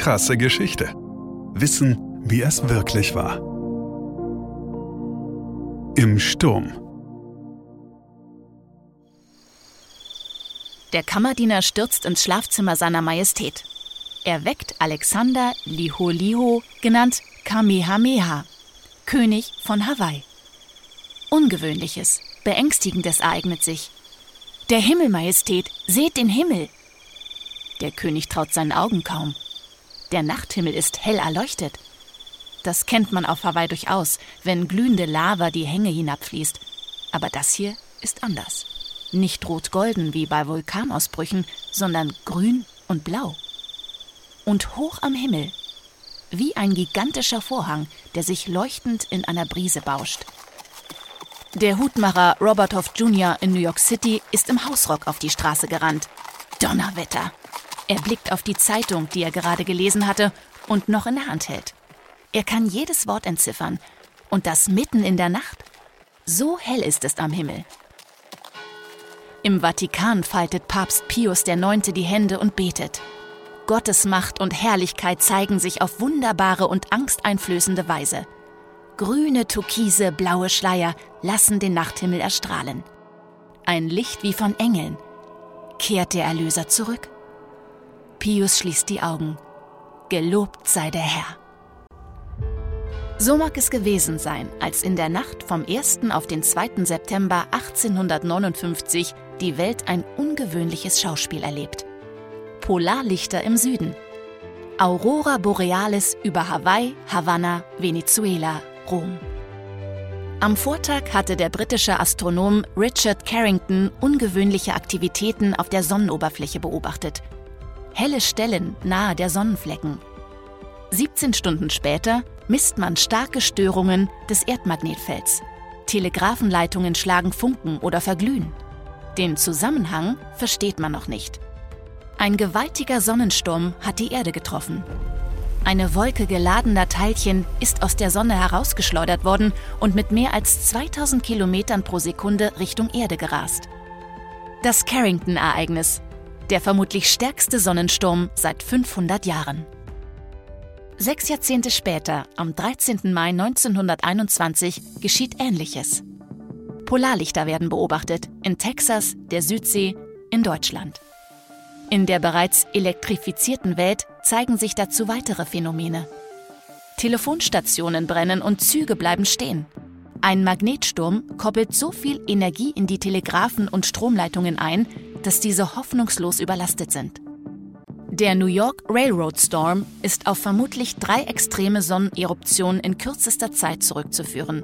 krasse Geschichte. Wissen, wie es wirklich war. Im Sturm. Der Kammerdiener stürzt ins Schlafzimmer seiner Majestät. Er weckt Alexander Liholiho, genannt Kamehameha, König von Hawaii. Ungewöhnliches, Beängstigendes ereignet sich. Der Himmel, Majestät, seht den Himmel! Der König traut seinen Augen kaum. Der Nachthimmel ist hell erleuchtet. Das kennt man auf Hawaii durchaus, wenn glühende Lava die Hänge hinabfließt. Aber das hier ist anders. Nicht rot-golden wie bei Vulkanausbrüchen, sondern grün und blau. Und hoch am Himmel, wie ein gigantischer Vorhang, der sich leuchtend in einer Brise bauscht. Der Hutmacher Robert Hoff Jr. in New York City ist im Hausrock auf die Straße gerannt. Donnerwetter! Er blickt auf die Zeitung, die er gerade gelesen hatte und noch in der Hand hält. Er kann jedes Wort entziffern. Und das mitten in der Nacht? So hell ist es am Himmel. Im Vatikan faltet Papst Pius IX. Die Hände und betet. Gottes Macht und Herrlichkeit zeigen sich auf wunderbare und angsteinflößende Weise. Grüne, türkise, blaue Schleier lassen den Nachthimmel erstrahlen. Ein Licht wie von Engeln. Kehrt der Erlöser zurück? Pius schließt die Augen. Gelobt sei der Herr. So mag es gewesen sein, als in der Nacht vom 1. auf den 2. September 1859 die Welt ein ungewöhnliches Schauspiel erlebt. Polarlichter im Süden. Aurora Borealis über Hawaii, Havanna, Venezuela, Rom. Am Vortag hatte der britische Astronom Richard Carrington ungewöhnliche Aktivitäten auf der Sonnenoberfläche beobachtet. Helle Stellen nahe der Sonnenflecken. 17 Stunden später misst man starke Störungen des Erdmagnetfelds. Telegrafenleitungen schlagen Funken oder verglühen. Den Zusammenhang versteht man noch nicht. Ein gewaltiger Sonnensturm hat die Erde getroffen. Eine Wolke geladener Teilchen ist aus der Sonne herausgeschleudert worden und mit mehr als 2000 Kilometern pro Sekunde Richtung Erde gerast. Das Carrington-Ereignis, der vermutlich stärkste Sonnensturm seit 500 Jahren. 6 Jahrzehnte später, am 13. Mai 1921, geschieht Ähnliches. Polarlichter werden beobachtet, in Texas, der Südsee, in Deutschland. In der bereits elektrifizierten Welt zeigen sich dazu weitere Phänomene. Telefonstationen brennen und Züge bleiben stehen. Ein Magnetsturm koppelt so viel Energie in die Telegraphen- und Stromleitungen ein, dass diese hoffnungslos überlastet sind. Der New York Railroad Storm ist auf vermutlich 3 extreme Sonneneruptionen in kürzester Zeit zurückzuführen.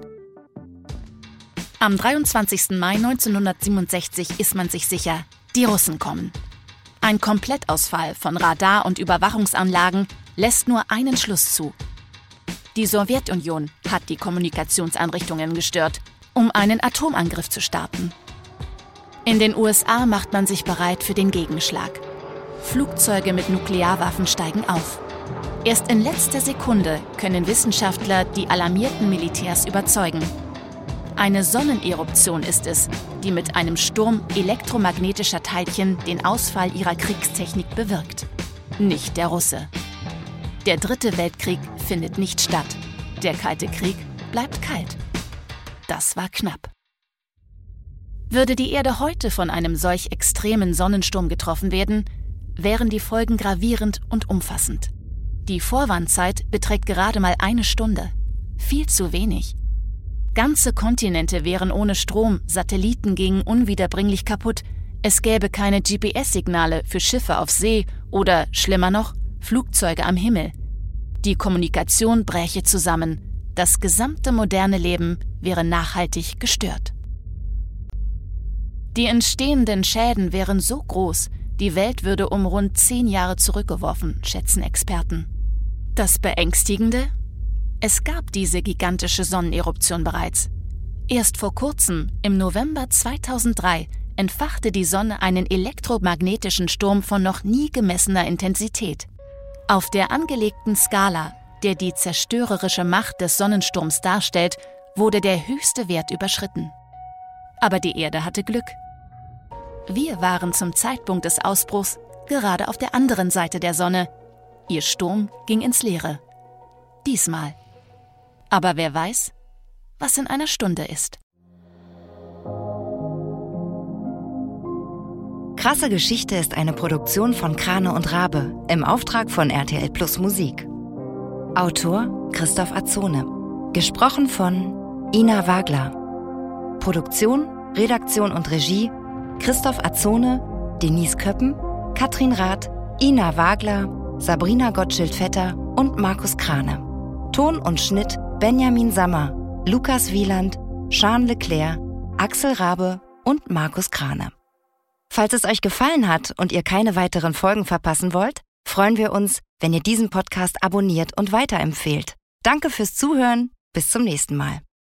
Am 23. Mai 1967 ist man sich sicher, die Russen kommen. Ein Komplettausfall von Radar- und Überwachungsanlagen lässt nur einen Schluss zu. Die Sowjetunion hat die Kommunikationseinrichtungen gestört, um einen Atomangriff zu starten. In den USA macht man sich bereit für den Gegenschlag. Flugzeuge mit Nuklearwaffen steigen auf. Erst in letzter Sekunde können Wissenschaftler die alarmierten Militärs überzeugen. Eine Sonneneruption ist es, die mit einem Sturm elektromagnetischer Teilchen den Ausfall ihrer Kriegstechnik bewirkt. Nicht der Russe. Der 3. Weltkrieg findet nicht statt. Der Kalte Krieg bleibt kalt. Das war knapp. Würde die Erde heute von einem solch extremen Sonnensturm getroffen werden, wären die Folgen gravierend und umfassend. Die Vorwarnzeit beträgt gerade mal 1 Stunde. Viel zu wenig. Ganze Kontinente wären ohne Strom, Satelliten gingen unwiederbringlich kaputt, es gäbe keine GPS-Signale für Schiffe auf See oder, schlimmer noch, Flugzeuge am Himmel. Die Kommunikation bräche zusammen, das gesamte moderne Leben wäre nachhaltig gestört. Die entstehenden Schäden wären so groß, die Welt würde um rund 10 Jahre zurückgeworfen, schätzen Experten. Das Beängstigende? Es gab diese gigantische Sonneneruption bereits. Erst vor kurzem, im November 2003, entfachte die Sonne einen elektromagnetischen Sturm von noch nie gemessener Intensität. Auf der angelegten Skala, der die zerstörerische Macht des Sonnensturms darstellt, wurde der höchste Wert überschritten. Aber die Erde hatte Glück. Wir waren zum Zeitpunkt des Ausbruchs gerade auf der anderen Seite der Sonne. Ihr Sturm ging ins Leere. Diesmal. Aber wer weiß, was in einer Stunde ist. Krasse Geschichte ist eine Produktion von Krane und Rabe im Auftrag von RTL Plus Musik. Autor Christoph Azzone. Gesprochen von Ina Wagler. Produktion, Redaktion und Regie Christoph Azzone, Denise Köppen, Katrin Rath, Ina Wagler, Sabrina Gottschild-Vetter und Markus Krane. Ton und Schnitt Benjamin Sammer, Lukas Wieland, Jean Leclerc, Axel Rabe und Markus Krane. Falls es euch gefallen hat und ihr keine weiteren Folgen verpassen wollt, freuen wir uns, wenn ihr diesen Podcast abonniert und weiterempfehlt. Danke fürs Zuhören, bis zum nächsten Mal.